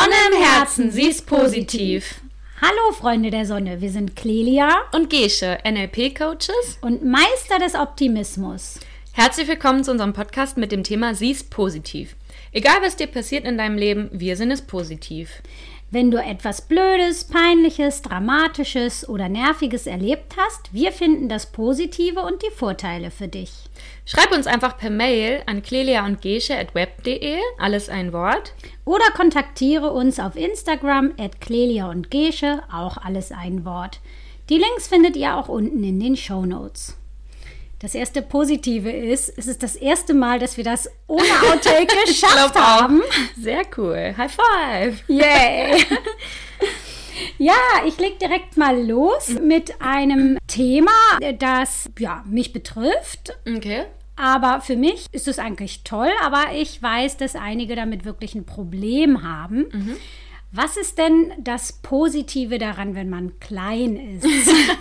Sonne im Herzen, sie ist positiv. Hallo Freunde der Sonne, wir sind Clelia und Gesche, NLP-Coaches und Meister des Optimismus. Herzlich willkommen zu unserem Podcast mit dem Thema Sie ist positiv. Egal was dir passiert in deinem Leben, wir sind es positiv. Wenn du etwas Blödes, Peinliches, Dramatisches oder Nerviges erlebt hast, wir finden das Positive und die Vorteile für dich. Schreib uns einfach per Mail an clelia.gesche@web.de, alles ein Wort. Oder kontaktiere uns auf Instagram @clelia_und_gesche, auch alles ein Wort. Die Links findet ihr auch unten in den Shownotes. Das erste Positive ist, es ist das erste Mal, dass wir das ohne Outtake geschafft haben. Sehr cool. High five. Yay. Ja, ich leg direkt mal los mit einem Thema, das mich betrifft. Okay. Aber für mich ist es eigentlich toll, aber ich weiß, dass einige damit wirklich ein Problem haben. Mhm. Was ist denn das Positive daran, wenn man klein ist?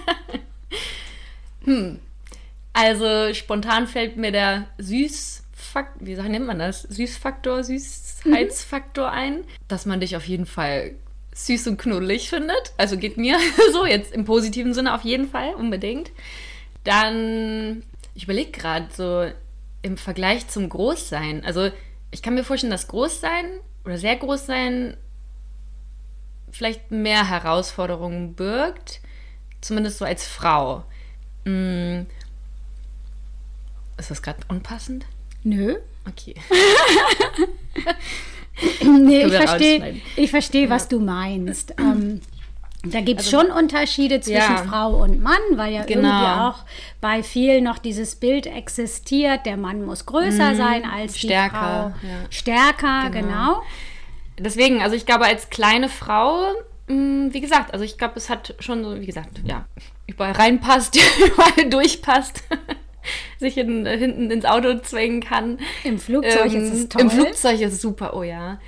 Also spontan fällt mir der Süßheitsfaktor ein, dass man dich auf jeden Fall süß und knuddelig findet. Also geht mir so, jetzt im positiven Sinne auf jeden Fall, unbedingt. Dann, ich überlege gerade so im Vergleich zum Großsein. Also ich kann mir vorstellen, dass Großsein oder sehr Großsein vielleicht mehr Herausforderungen birgt, zumindest so als Frau. Ist das gerade unpassend? Nö. Okay. Nee, ich verstehe, was du meinst. Da gibt es schon Unterschiede zwischen Frau und Mann, weil irgendwie auch bei vielen noch dieses Bild existiert, der Mann muss größer sein als die Frau. Ja. Stärker, genau. Deswegen, also ich glaube, als kleine Frau, wie gesagt, also ich glaube, es hat schon so, wie gesagt, überall reinpasst, überall durchpasst. Sich hinten ins Auto zwängen kann. Im Flugzeug ist es toll. Im Flugzeug ist es super, oh ja.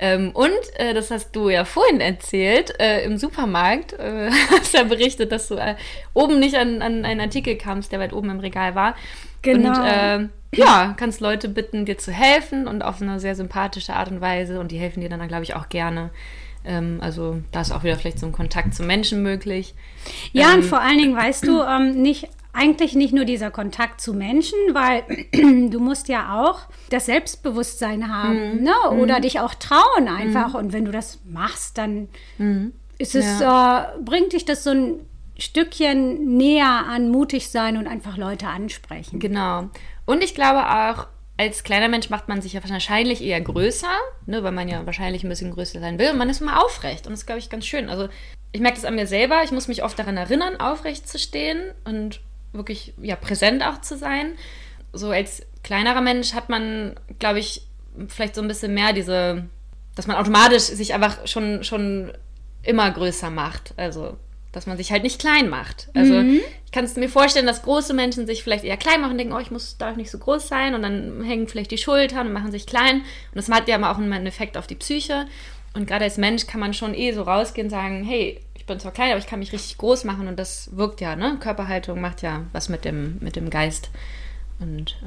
Das hast du ja vorhin erzählt, im Supermarkt hast du ja berichtet, dass du oben nicht an einen Artikel kamst, der weit oben im Regal war. Genau. Und kannst Leute bitten, dir zu helfen und auf eine sehr sympathische Art und Weise und die helfen dir dann glaube ich, auch gerne. Also da ist auch wieder vielleicht so ein Kontakt zu Menschen möglich. Ja, und vor allen Dingen, weißt du, eigentlich nicht nur dieser Kontakt zu Menschen, weil du musst ja auch das Selbstbewusstsein haben, ne? Oder dich auch trauen einfach. Und wenn du das machst, dann ist es, bringt dich das so ein Stückchen näher an mutig sein und einfach Leute ansprechen. Genau. Und ich glaube auch, als kleiner Mensch macht man sich ja wahrscheinlich eher größer, ne, weil man ja wahrscheinlich ein bisschen größer sein will. Und man ist immer aufrecht. Und das ist, glaube ich, ganz schön. Also ich merke das an mir selber. Ich muss mich oft daran erinnern, aufrecht zu stehen und wirklich präsent auch zu sein. So als kleinerer Mensch hat man, glaube ich, vielleicht so ein bisschen mehr dass man automatisch sich einfach schon immer größer macht. Also dass man sich halt nicht klein macht. Also ich kann es mir vorstellen, dass große Menschen sich vielleicht eher klein machen und denken, ich darf nicht so groß sein und dann hängen vielleicht die Schultern und machen sich klein. Und das hat ja auch einen Effekt auf die Psyche. Und gerade als Mensch kann man schon so rausgehen und sagen, hey, ich bin zwar klein, aber ich kann mich richtig groß machen und das wirkt ja, ne? Körperhaltung macht ja was mit dem Geist. Und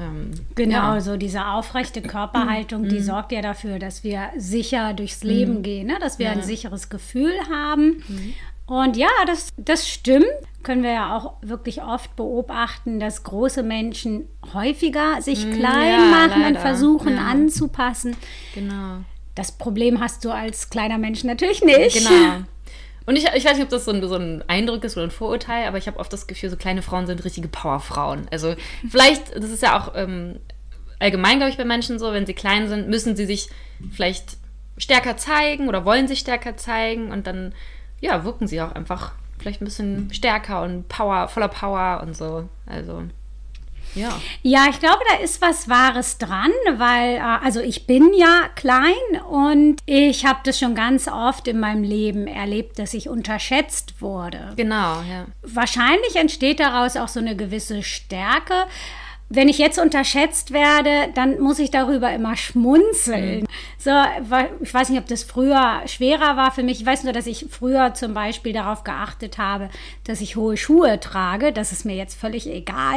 so diese aufrechte Körperhaltung, die sorgt ja dafür, dass wir sicher durchs Leben gehen, ne? Dass wir ein sicheres Gefühl haben. Und das stimmt. Können wir ja auch wirklich oft beobachten, dass große Menschen häufiger sich klein machen und versuchen anzupassen. Genau. Das Problem hast du als kleiner Mensch natürlich nicht. Genau. Und ich weiß nicht, ob das so ein Eindruck ist oder ein Vorurteil, aber ich habe oft das Gefühl, so kleine Frauen sind richtige Powerfrauen. Also vielleicht, das ist ja auch allgemein, glaube ich, bei Menschen so, wenn sie klein sind, müssen sie sich vielleicht stärker zeigen oder wollen sich stärker zeigen und dann wirken sie auch einfach vielleicht ein bisschen stärker und voller Power und so. Also, ja. Ja, ich glaube, da ist was Wahres dran, weil, ich bin ja klein und ich habe das schon ganz oft in meinem Leben erlebt, dass ich unterschätzt wurde. Genau, ja. Wahrscheinlich entsteht daraus auch so eine gewisse Stärke. Wenn ich jetzt unterschätzt werde, dann muss ich darüber immer schmunzeln. So, ich weiß nicht, ob das früher schwerer war für mich. Ich weiß nur, dass ich früher zum Beispiel darauf geachtet habe, dass ich hohe Schuhe trage. Das ist mir jetzt völlig egal.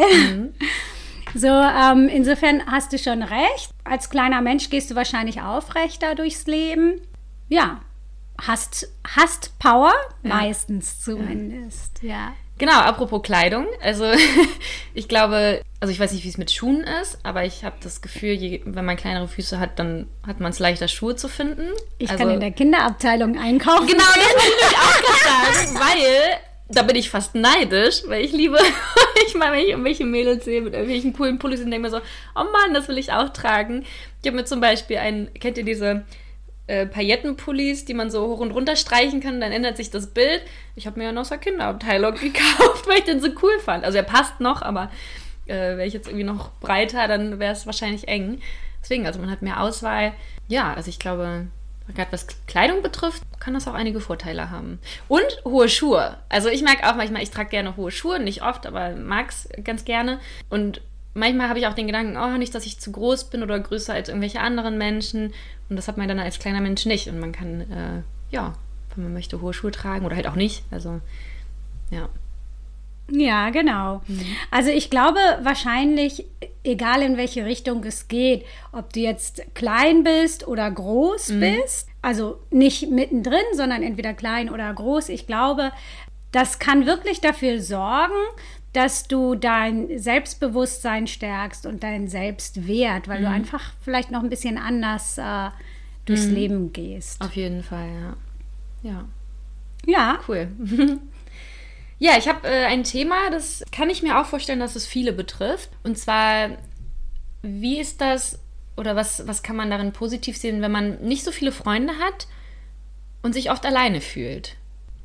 So, insofern hast du schon recht. Als kleiner Mensch gehst du wahrscheinlich aufrechter durchs Leben. Ja, hast Power, meistens zumindest, ja. Genau, apropos Kleidung. Also ich glaube, ich weiß nicht, wie es mit Schuhen ist, aber ich habe das Gefühl, wenn man kleinere Füße hat, dann hat man es leichter, Schuhe zu finden. Ich kann in der Kinderabteilung einkaufen. Genau, das wollte ich auch gerade sagen, weil da bin ich fast neidisch, weil ich liebe, wenn ich irgendwelche Mädels sehe mit irgendwelchen coolen Pullis und denke mir so, oh Mann, das will ich auch tragen. Ich habe mir zum Beispiel kennt ihr diese Paillettenpullis, die man so hoch und runter streichen kann, dann ändert sich das Bild. Ich habe mir ja noch so eine Kinderabteilung gekauft, weil ich den so cool fand. Also er passt noch, aber wäre ich jetzt irgendwie noch breiter, dann wäre es wahrscheinlich eng. Deswegen, also man hat mehr Auswahl. Ja, also ich glaube, gerade was Kleidung betrifft, kann das auch einige Vorteile haben. Und hohe Schuhe. Also ich merke auch manchmal, ich trage gerne hohe Schuhe, nicht oft, aber mag es ganz gerne. Und manchmal habe ich auch den Gedanken, nicht, dass ich zu groß bin oder größer als irgendwelche anderen Menschen. Und das hat man dann als kleiner Mensch nicht. Und man kann, wenn man möchte, hohe Schuhe tragen oder halt auch nicht. Also, ja. Ja, genau. Also ich glaube wahrscheinlich, egal in welche Richtung es geht, ob du jetzt klein bist oder groß bist, also nicht mittendrin, sondern entweder klein oder groß, ich glaube, das kann wirklich dafür sorgen, dass du dein Selbstbewusstsein stärkst und deinen Selbstwert, weil du einfach vielleicht noch ein bisschen anders durchs Leben gehst. Auf jeden Fall, ja. Ja. Cool. Ja, ich habe ein Thema, das kann ich mir auch vorstellen, dass es viele betrifft. Und zwar, wie ist das oder was kann man darin positiv sehen, wenn man nicht so viele Freunde hat und sich oft alleine fühlt?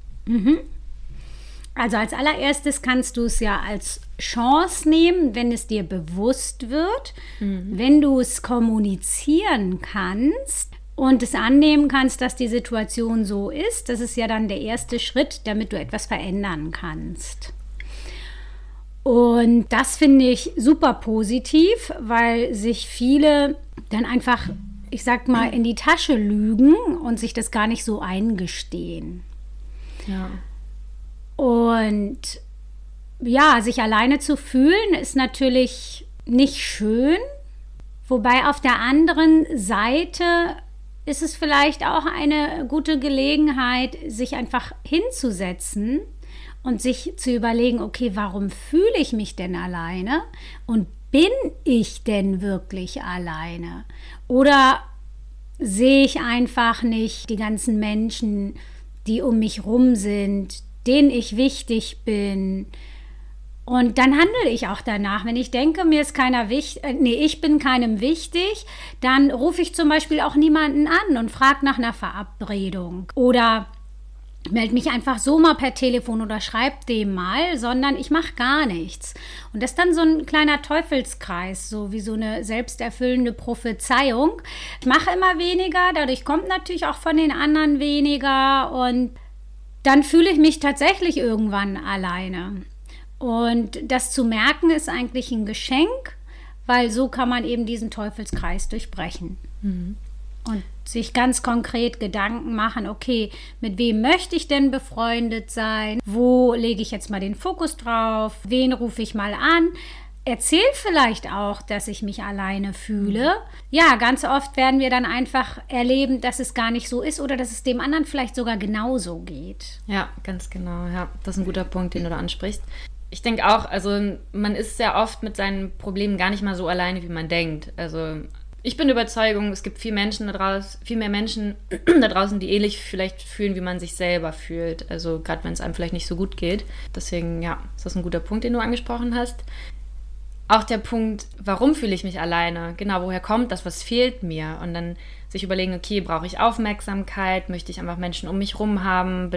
Also als allererstes kannst du es ja als Chance nehmen, wenn es dir bewusst wird, wenn du es kommunizieren kannst und es annehmen kannst, dass die Situation so ist. Das ist ja dann der erste Schritt, damit du etwas verändern kannst. Und das finde ich super positiv, weil sich viele dann einfach, ich sag mal, in die Tasche lügen und sich das gar nicht so eingestehen. Ja. Und ja, sich alleine zu fühlen, ist natürlich nicht schön. Wobei auf der anderen Seite ist es vielleicht auch eine gute Gelegenheit, sich einfach hinzusetzen und sich zu überlegen, okay, warum fühle ich mich denn alleine? Und bin ich denn wirklich alleine? Oder sehe ich einfach nicht die ganzen Menschen, die um mich rum sind, denen ich wichtig bin? Und dann handle ich auch danach. Wenn ich denke, mir ist keiner wichtig, ich bin keinem wichtig, dann rufe ich zum Beispiel auch niemanden an und frage nach einer Verabredung. Oder melde mich einfach so mal per Telefon oder schreibe dem mal, sondern ich mache gar nichts. Und das ist dann so ein kleiner Teufelskreis, so wie so eine selbsterfüllende Prophezeiung. Ich mache immer weniger, dadurch kommt natürlich auch von den anderen weniger und dann fühle ich mich tatsächlich irgendwann alleine. Und das zu merken ist eigentlich ein Geschenk, weil so kann man eben diesen Teufelskreis durchbrechen. Und sich ganz konkret Gedanken machen, okay, mit wem möchte ich denn befreundet sein? Wo lege ich jetzt mal den Fokus drauf? Wen rufe ich mal an? Erzähl vielleicht auch, dass ich mich alleine fühle. Ja, ganz oft werden wir dann einfach erleben, dass es gar nicht so ist oder dass es dem anderen vielleicht sogar genauso geht. Ja, ganz genau. Ja, das ist ein guter Punkt, den du da ansprichst. Ich denke auch, also man ist sehr oft mit seinen Problemen gar nicht mal so alleine, wie man denkt. Also ich bin der Überzeugung, es gibt viel mehr Menschen da draußen, die ähnlich vielleicht fühlen, wie man sich selber fühlt. Also gerade wenn es einem vielleicht nicht so gut geht. Deswegen, ja, ist das ein guter Punkt, den du angesprochen hast. Auch der Punkt, warum fühle ich mich alleine? Genau, woher kommt das? Was fehlt mir? Und dann sich überlegen, okay, brauche ich Aufmerksamkeit? Möchte ich einfach Menschen um mich rum haben?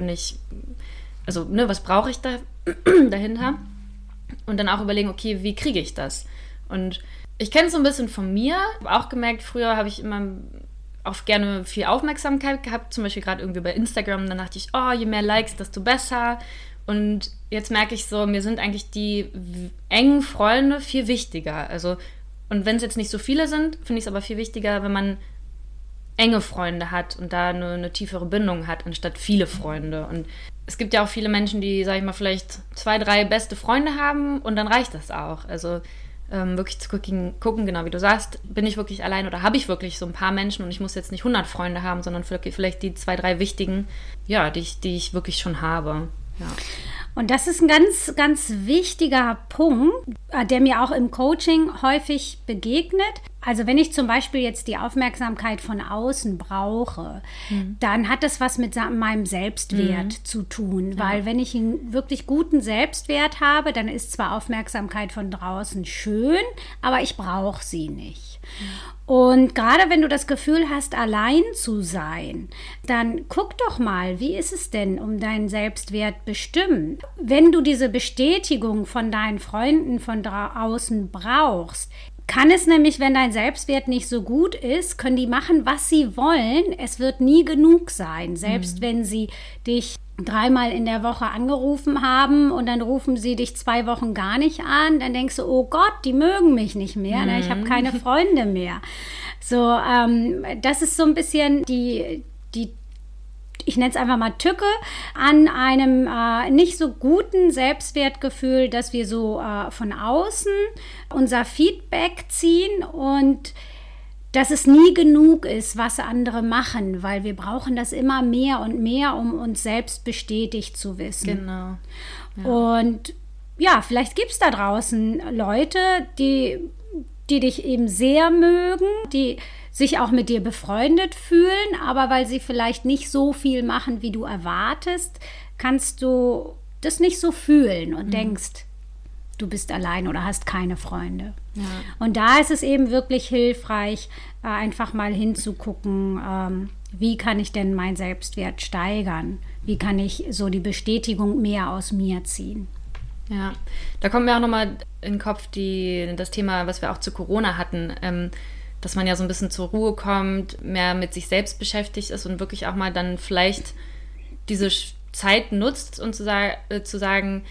Was brauche ich da dahinter? Und dann auch überlegen, okay, wie kriege ich das? Und ich kenne es so ein bisschen von mir. Ich habe auch gemerkt, früher habe ich immer auch gerne viel Aufmerksamkeit gehabt, zum Beispiel gerade irgendwie bei Instagram. Dann dachte ich, je mehr Likes, desto besser. Und jetzt merke ich so, mir sind eigentlich die engen Freunde viel wichtiger. Also, und wenn es jetzt nicht so viele sind, finde ich es aber viel wichtiger, wenn man enge Freunde hat und da eine tiefere Bindung hat, anstatt viele Freunde. Und es gibt ja auch viele Menschen, die, sag ich mal, vielleicht 2, 3 beste Freunde haben und dann reicht das auch. Also wirklich zu gucken, genau wie du sagst, bin ich wirklich allein oder habe ich wirklich so ein paar Menschen und ich muss jetzt nicht 100 Freunde haben, sondern vielleicht die 2, 3 wichtigen, ja, die ich wirklich schon habe. Ja. Und das ist ein ganz, ganz wichtiger Punkt, der mir auch im Coaching häufig begegnet. Also wenn ich zum Beispiel jetzt die Aufmerksamkeit von außen brauche, dann hat das was mit meinem Selbstwert zu tun. Weil wenn ich einen wirklich guten Selbstwert habe, dann ist zwar Aufmerksamkeit von draußen schön, aber ich brauche sie nicht. Und gerade wenn du das Gefühl hast, allein zu sein, dann guck doch mal, wie ist es denn um deinen Selbstwert bestimmt? Wenn du diese Bestätigung von deinen Freunden von draußen brauchst, kann es nämlich, wenn dein Selbstwert nicht so gut ist, können die machen, was sie wollen. Es wird nie genug sein, selbst wenn sie dich 3-mal in der Woche angerufen haben und dann rufen sie dich 2 Wochen gar nicht an, dann denkst du, oh Gott, die mögen mich nicht mehr, ich habe keine Freunde mehr. So, das ist so ein bisschen die ich nenne es einfach mal Tücke an einem nicht so guten Selbstwertgefühl, dass wir so von außen unser Feedback ziehen und dass es nie genug ist, was andere machen, weil wir brauchen das immer mehr und mehr, um uns selbst bestätigt zu wissen. Genau. Ja. Und ja, vielleicht gibt es da draußen Leute, die dich eben sehr mögen, die sich auch mit dir befreundet fühlen, aber weil sie vielleicht nicht so viel machen, wie du erwartest, kannst du das nicht so fühlen und denkst, du bist allein oder hast keine Freunde. Ja. Und da ist es eben wirklich hilfreich, einfach mal hinzugucken, wie kann ich denn meinen Selbstwert steigern? Wie kann ich so die Bestätigung mehr aus mir ziehen? Ja, da kommt mir auch nochmal in den Kopf das Thema, was wir auch zu Corona hatten, dass man ja so ein bisschen zur Ruhe kommt, mehr mit sich selbst beschäftigt ist und wirklich auch mal dann vielleicht diese Zeit nutzt und zu sagen,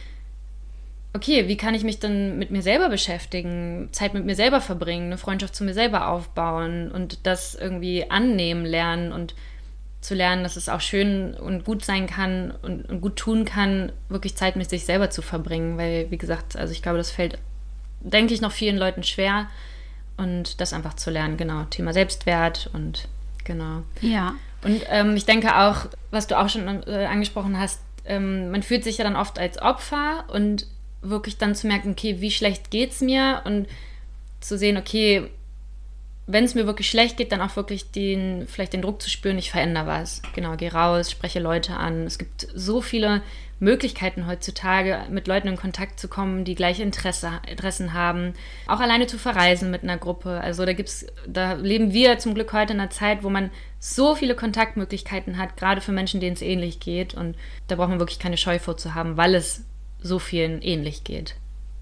okay, wie kann ich mich dann mit mir selber beschäftigen, Zeit mit mir selber verbringen, eine Freundschaft zu mir selber aufbauen und das irgendwie annehmen lernen und zu lernen, dass es auch schön und gut sein kann und gut tun kann, wirklich Zeit mit sich selber zu verbringen, weil, wie gesagt, also ich glaube, das fällt, denke ich, noch vielen Leuten schwer und das einfach zu lernen, genau, Thema Selbstwert und genau. Ja. Und ich denke auch, was du auch schon angesprochen hast, man fühlt sich ja dann oft als Opfer und wirklich dann zu merken, okay, wie schlecht geht's mir und zu sehen, okay, wenn es mir wirklich schlecht geht, dann auch wirklich vielleicht den Druck zu spüren, ich verändere was. Genau, gehe raus, spreche Leute an. Es gibt so viele Möglichkeiten heutzutage, mit Leuten in Kontakt zu kommen, die gleiche Interessen haben. Auch alleine zu verreisen mit einer Gruppe. Also da leben wir zum Glück heute in einer Zeit, wo man so viele Kontaktmöglichkeiten hat, gerade für Menschen, denen es ähnlich geht. Und da braucht man wirklich keine Scheu vor zu haben, weil es so vielen ähnlich geht.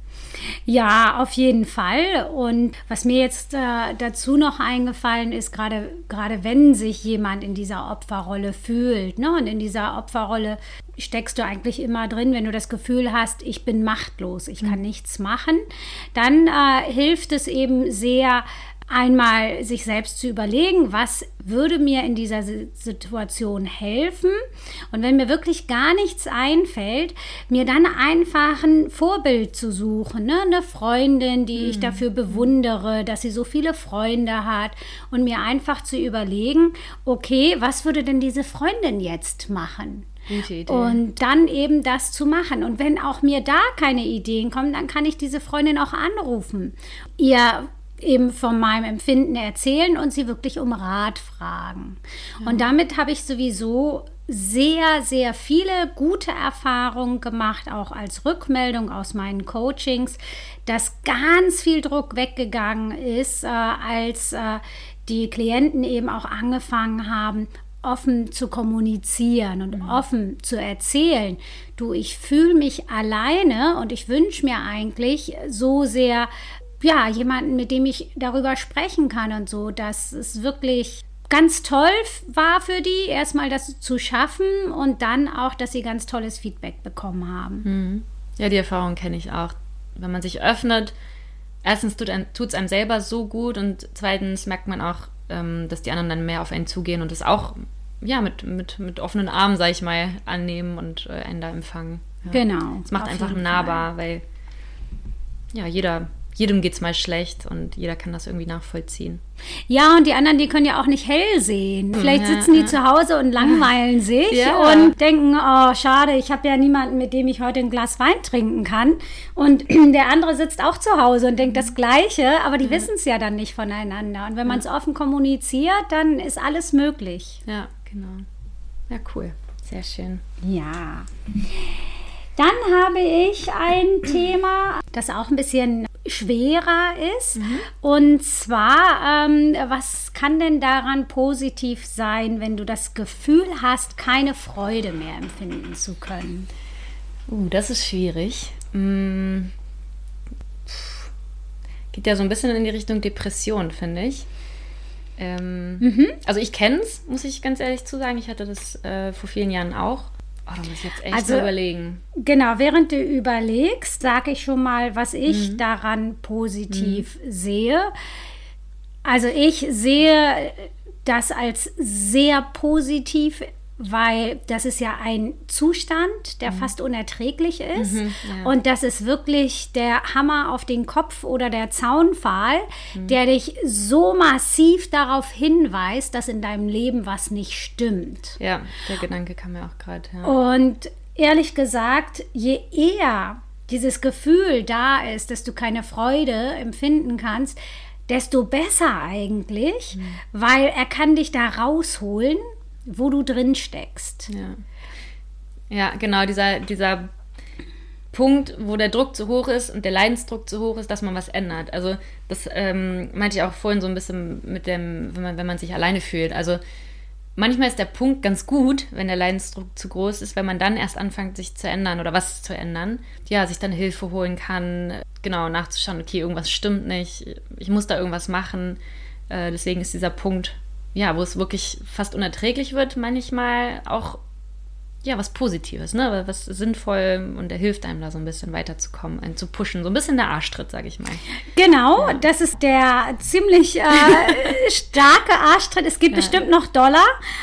Ja, auf jeden Fall. Und was mir jetzt dazu noch eingefallen ist, gerade wenn sich jemand in dieser Opferrolle fühlt, ne, und in dieser Opferrolle steckst du eigentlich immer drin, wenn du das Gefühl hast, ich bin machtlos, ich kann nichts machen, dann hilft es eben sehr, einmal sich selbst zu überlegen, was würde mir in dieser Situation helfen, und wenn mir wirklich gar nichts einfällt, mir dann einfach ein Vorbild zu suchen, ne? Eine Freundin, die ich dafür bewundere, dass sie so viele Freunde hat, und mir einfach zu überlegen, okay, was würde denn diese Freundin jetzt machen? Gute Idee. Und dann eben das zu machen. Und wenn auch mir da keine Ideen kommen, dann kann ich diese Freundin auch anrufen, ihr eben von meinem Empfinden erzählen und sie wirklich um Rat fragen. Ja. Und damit habe ich sowieso sehr, sehr viele gute Erfahrungen gemacht, auch als Rückmeldung aus meinen Coachings, dass ganz viel Druck weggegangen ist, als die Klienten eben auch angefangen haben, offen zu kommunizieren und offen zu erzählen. Du, ich fühle mich alleine und ich wünsche mir eigentlich so sehr, ja, jemanden, mit dem ich darüber sprechen kann und so, dass es wirklich ganz toll war für die, erstmal das zu schaffen und dann auch, dass sie ganz tolles Feedback bekommen haben. Ja, die Erfahrung kenne ich auch. Wenn man sich öffnet, erstens tut es einem selber so gut und zweitens merkt man auch, dass die anderen dann mehr auf einen zugehen und es auch ja, mit offenen Armen, sag ich mal, annehmen und einen da empfangen. Ja. Genau. Es macht einfach nahbar, weil ja, jeder jedem geht's mal schlecht und jeder kann das irgendwie nachvollziehen. Ja, und die anderen, die können ja auch nicht hell sehen. Vielleicht sitzen die zu Hause und langweilen sich und denken, oh, schade, ich habe ja niemanden, mit dem ich heute ein Glas Wein trinken kann. Und der andere sitzt auch zu Hause und denkt das Gleiche, aber die wissen es ja dann nicht voneinander. Und wenn man es offen kommuniziert, dann ist alles möglich. Ja, genau. Ja, cool. Sehr schön. Ja. Dann habe ich ein Thema, das auch ein bisschen schwerer ist. Und zwar, was kann denn daran positiv sein, wenn du das Gefühl hast, keine Freude mehr empfinden zu können? Das ist schwierig. Geht ja so ein bisschen in die Richtung Depression, finde ich. Also ich kenne es, muss ich ganz ehrlich zu sagen. Ich hatte das vor vielen Jahren auch. Oh, da muss ich jetzt echt überlegen. Genau, während du überlegst, sage ich schon mal, was ich daran positiv sehe. Also ich sehe das als sehr positiv, weil das ist ja ein Zustand, der fast unerträglich ist. Und das ist wirklich der Hammer auf den Kopf oder der Zaunpfahl, der dich so massiv darauf hinweist, dass in deinem Leben was nicht stimmt. Ja, der Gedanke kam mir auch gerade. Ja. Und ehrlich gesagt, je eher dieses Gefühl da ist, dass du keine Freude empfinden kannst, desto besser eigentlich, weil er kann dich da rausholen, wo du drin steckst. Ja, genau, dieser Punkt, wo der Druck zu hoch ist und der Leidensdruck zu hoch ist, dass man was ändert. Also das meinte ich auch vorhin so ein bisschen mit dem, wenn man sich alleine fühlt. Also manchmal ist der Punkt ganz gut, wenn der Leidensdruck zu groß ist, wenn man dann erst anfängt, sich zu ändern oder was zu ändern. Ja, sich dann Hilfe holen kann, genau, nachzuschauen, okay, irgendwas stimmt nicht, ich muss da irgendwas machen. Deswegen ist dieser Punkt, ja, wo es wirklich fast unerträglich wird, manchmal auch, ja, was Positives, ne, was sinnvoll, und der hilft einem da so ein bisschen weiterzukommen, einen zu pushen, so ein bisschen der Arschtritt, sag ich mal. Genau, das ist der ziemlich starke Arschtritt. Es gibt bestimmt noch Dollar,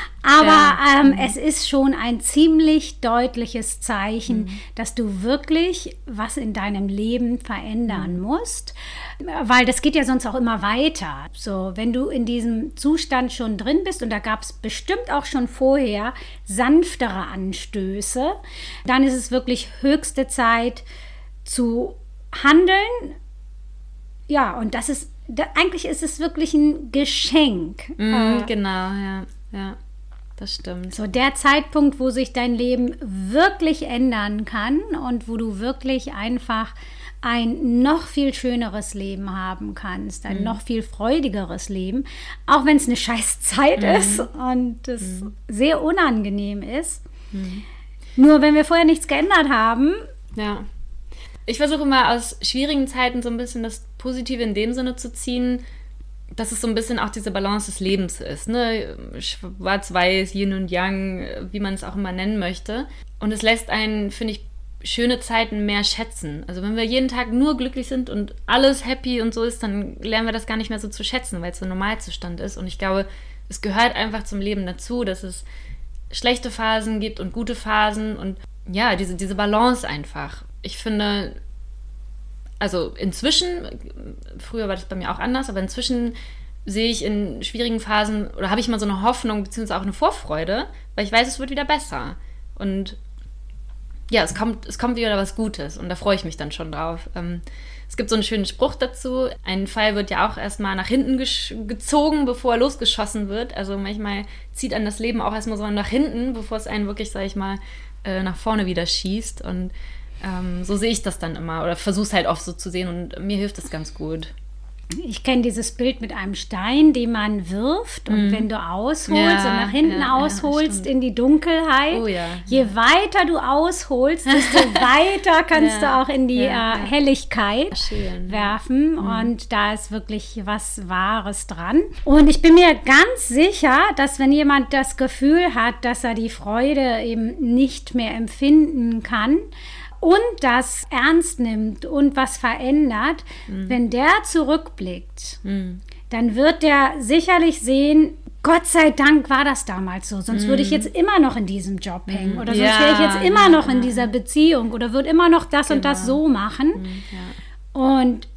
aber es ist schon ein ziemlich deutliches Zeichen, dass du wirklich was in deinem Leben verändern musst, weil das geht ja sonst auch immer weiter. So, wenn du in diesem Zustand schon drin bist, und da gab es bestimmt auch schon vorher sanftere Anstöße, dann ist es wirklich höchste Zeit zu handeln. Ja, und eigentlich ist es wirklich ein Geschenk. Genau, ja. Das stimmt. So der Zeitpunkt, wo sich dein Leben wirklich ändern kann und wo du wirklich einfach ein noch viel schöneres Leben haben kannst, ein noch viel freudigeres Leben, auch wenn es eine scheiß Zeit ist und es sehr unangenehm ist. Nur wenn wir vorher nichts geändert haben. Ja. Ich versuche immer aus schwierigen Zeiten so ein bisschen das Positive in dem Sinne zu ziehen, dass es so ein bisschen auch diese Balance des Lebens ist, ne? Schwarz-Weiß, Yin und Yang, wie man es auch immer nennen möchte. Und es lässt einen, finde ich, schöne Zeiten mehr schätzen. Also wenn wir jeden Tag nur glücklich sind und alles happy und so ist, dann lernen wir das gar nicht mehr so zu schätzen, weil es so ein Normalzustand ist. Und ich glaube, es gehört einfach zum Leben dazu, dass es schlechte Phasen gibt und gute Phasen und ja, diese Balance einfach. Ich finde, also inzwischen, früher war das bei mir auch anders, aber inzwischen sehe ich in schwierigen Phasen oder habe ich mal so eine Hoffnung beziehungsweise auch eine Vorfreude, weil ich weiß, es wird wieder besser. Und ja, es kommt wieder was Gutes und da freue ich mich dann schon drauf. Es gibt so einen schönen Spruch dazu, ein Pfeil wird ja auch erstmal nach hinten gezogen, bevor er losgeschossen wird. Also manchmal zieht einen das Leben auch erstmal so nach hinten, bevor es einen wirklich, sag ich mal, nach vorne wieder schießt. Und so sehe ich das dann immer oder versuche es halt oft so zu sehen und mir hilft das ganz gut. Ich kenne dieses Bild mit einem Stein, den man wirft und wenn du ausholst und nach hinten ausholst in die Dunkelheit, je weiter du ausholst, desto weiter kannst du auch in die Helligkeit werfen und da ist wirklich was Wahres dran. Und ich bin mir ganz sicher, dass wenn jemand das Gefühl hat, dass er die Freude eben nicht mehr empfinden kann, und das ernst nimmt und was verändert, wenn der zurückblickt, dann wird der sicherlich sehen, Gott sei Dank war das damals so, sonst würde ich jetzt immer noch in diesem Job hängen oder sonst wäre ich jetzt immer noch in dieser Beziehung oder würde immer noch das und das so machen. Und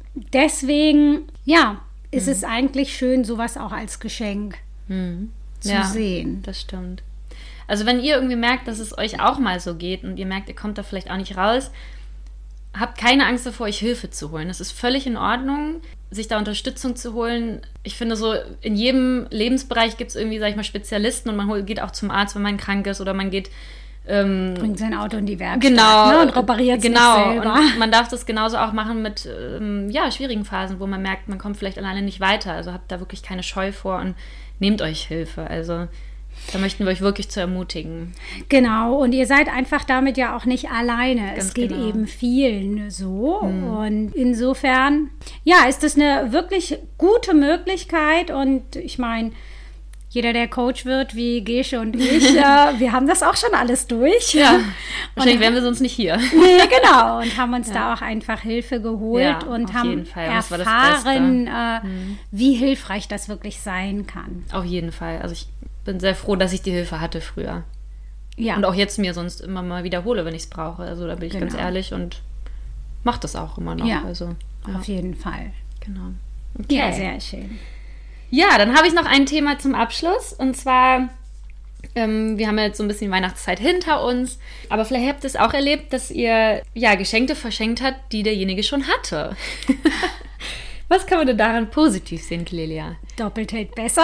deswegen, ja, ist es eigentlich schön, sowas auch als Geschenk zu sehen. Das stimmt. Also wenn ihr irgendwie merkt, dass es euch auch mal so geht und ihr merkt, ihr kommt da vielleicht auch nicht raus, habt keine Angst davor, euch Hilfe zu holen. Das ist völlig in Ordnung, sich da Unterstützung zu holen. Ich finde so, in jedem Lebensbereich gibt es irgendwie, sag ich mal, Spezialisten und man geht auch zum Arzt, wenn man krank ist oder man geht bringt sein Auto in die Werkstatt, genau, ne, und repariert es nicht selber. Und man darf das genauso auch machen mit schwierigen Phasen, wo man merkt, man kommt vielleicht alleine nicht weiter. Also habt da wirklich keine Scheu vor und nehmt euch Hilfe. Also da möchten wir euch wirklich zu ermutigen. Genau, und ihr seid einfach damit ja auch nicht alleine. Ganz es geht genau. eben vielen so. Und insofern, ja, ist das eine wirklich gute Möglichkeit. Und ich meine, jeder, der Coach wird, wie Gesche und ich, wir haben das auch schon alles durch. Ja, wahrscheinlich wären wir sonst nicht hier. Nee, genau. Und haben uns da auch einfach Hilfe geholt und haben erfahren, wie hilfreich das wirklich sein kann. Auf jeden Fall. Also ich bin sehr froh, dass ich die Hilfe hatte früher. Ja. Und auch jetzt mir sonst immer mal wiederhole, wenn ich es brauche. Also da bin ich ganz ehrlich und mache das auch immer noch. Ja, also, auf jeden Fall. Genau. Okay. Ja, sehr schön. Ja, dann habe ich noch ein Thema zum Abschluss. Und zwar, wir haben ja jetzt so ein bisschen Weihnachtszeit hinter uns. Aber vielleicht habt ihr es auch erlebt, dass ihr Geschenke verschenkt habt, die derjenige schon hatte. Was kann man denn daran positiv sehen, Clelia? Doppelt hält besser.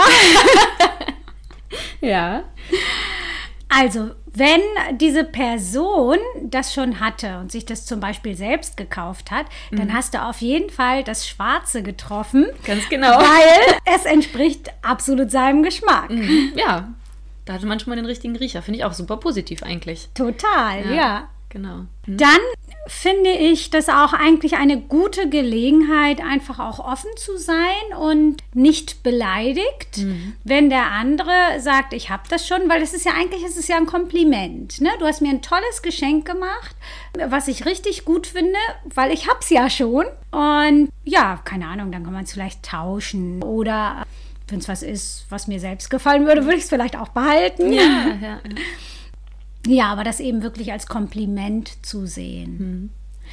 Ja. Also, wenn diese Person das schon hatte und sich das zum Beispiel selbst gekauft hat, dann hast du auf jeden Fall das Schwarze getroffen. Ganz genau. Weil es entspricht absolut seinem Geschmack. Ja, da hatte man schon mal den richtigen Riecher. Finde ich auch super positiv eigentlich. Total, ja. Genau. Dann finde ich das auch eigentlich eine gute Gelegenheit, einfach auch offen zu sein und nicht beleidigt, wenn der andere sagt, ich habe das schon, weil es ist ja ein Kompliment. Ne? Du hast mir ein tolles Geschenk gemacht, was ich richtig gut finde, weil ich habe es ja schon. Und ja, keine Ahnung, dann kann man es vielleicht tauschen oder wenn es was ist, was mir selbst gefallen würde, würde ich es vielleicht auch behalten. Ja. Ja, aber das eben wirklich als Kompliment zu sehen.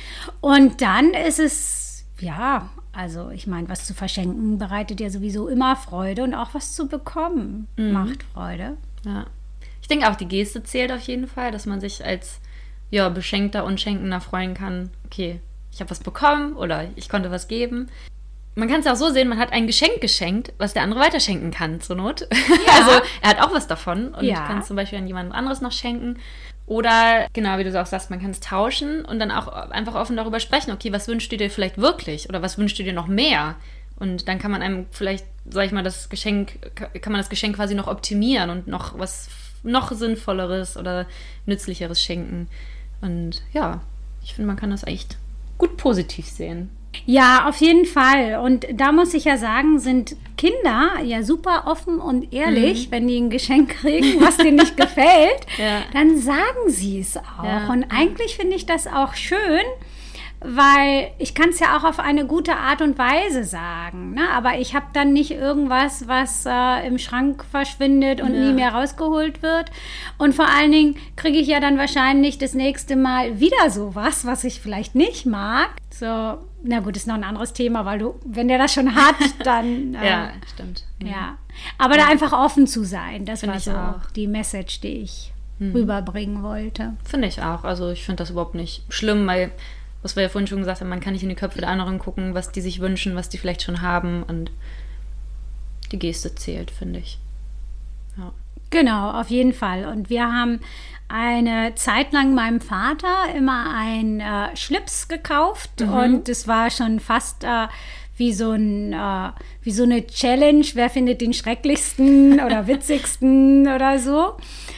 Und dann ist es, also ich meine, was zu verschenken bereitet ja sowieso immer Freude und auch was zu bekommen macht Freude. Ja. Ich denke auch, die Geste zählt auf jeden Fall, dass man sich als Beschenkter und Schenkender freuen kann. Okay, ich habe was bekommen oder ich konnte was geben. Man kann es ja auch so sehen, man hat ein Geschenk geschenkt, was der andere weiterschenken kann, zur Not. Ja. Also er hat auch was davon und kann es zum Beispiel an jemand anderes noch schenken. Oder, genau, wie du auch sagst, man kann es tauschen und dann auch einfach offen darüber sprechen, okay, was wünschst du dir vielleicht wirklich oder was wünschst du dir noch mehr? Und dann kann man einem vielleicht, sag ich mal, kann man das Geschenk quasi noch optimieren und noch was noch Sinnvolleres oder Nützlicheres schenken. Und ja, ich finde, man kann das echt gut positiv sehen. Ja, auf jeden Fall. Und da muss ich ja sagen, sind Kinder ja super offen und ehrlich, wenn die ein Geschenk kriegen, was denen nicht gefällt, dann sagen sie es auch. Ja. Und eigentlich finde ich das auch schön, weil ich kann es ja auch auf eine gute Art und Weise sagen, ne? Aber ich habe dann nicht irgendwas, was im Schrank verschwindet und nie mehr rausgeholt wird. Und vor allen Dingen kriege ich ja dann wahrscheinlich das nächste Mal wieder sowas, was ich vielleicht nicht mag. So, na gut, ist noch ein anderes Thema, weil wenn der das schon hat, dann... ja, stimmt. Ja, aber da einfach offen zu sein, das Find war so auch die Message, die ich rüberbringen wollte. Finde ich auch. Also ich finde das überhaupt nicht schlimm, weil, was wir ja vorhin schon gesagt haben, man kann nicht in die Köpfe der anderen gucken, was die sich wünschen, was die vielleicht schon haben und die Geste zählt, finde ich. Ja. Genau, auf jeden Fall. Und wir haben eine Zeit lang meinem Vater immer einen Schlips gekauft und das war schon fast wie so eine Challenge, wer findet den schrecklichsten oder witzigsten oder so.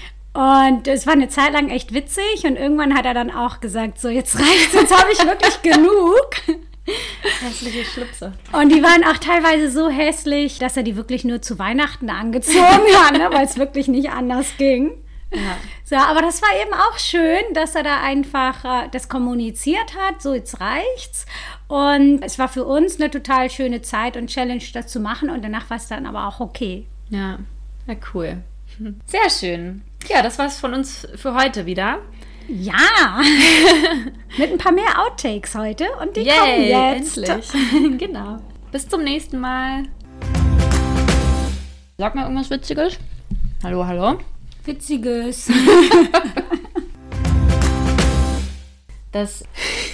Und es war eine Zeit lang echt witzig und irgendwann hat er dann auch gesagt, so jetzt reicht's, jetzt habe ich wirklich genug. Hässliche Schlipse. Und die waren auch teilweise so hässlich, dass er die wirklich nur zu Weihnachten angezogen hat, ne, weil es wirklich nicht anders ging. Ja. So, aber das war eben auch schön, dass er da einfach das kommuniziert hat, so jetzt reicht's. Und es war für uns eine total schöne Zeit und Challenge, das zu machen und danach war es dann aber auch okay. Ja, cool. Sehr schön. Ja, das war's von uns für heute wieder. Ja, mit ein paar mehr Outtakes heute und die kommen jetzt. Endlich. Genau. Bis zum nächsten Mal. Sag mal irgendwas Witziges. Hallo, hallo. Witziges. Das...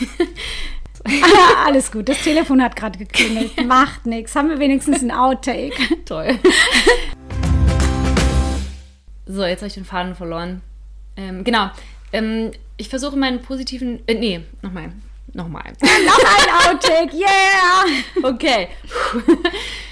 Alles gut, das Telefon hat gerade geklingelt. Macht nichts. Haben wir wenigstens ein Outtake. Toll. So, jetzt habe ich den Faden verloren. Genau. Ich versuche meinen positiven... nochmal. Noch ein Outtake, yeah! Okay.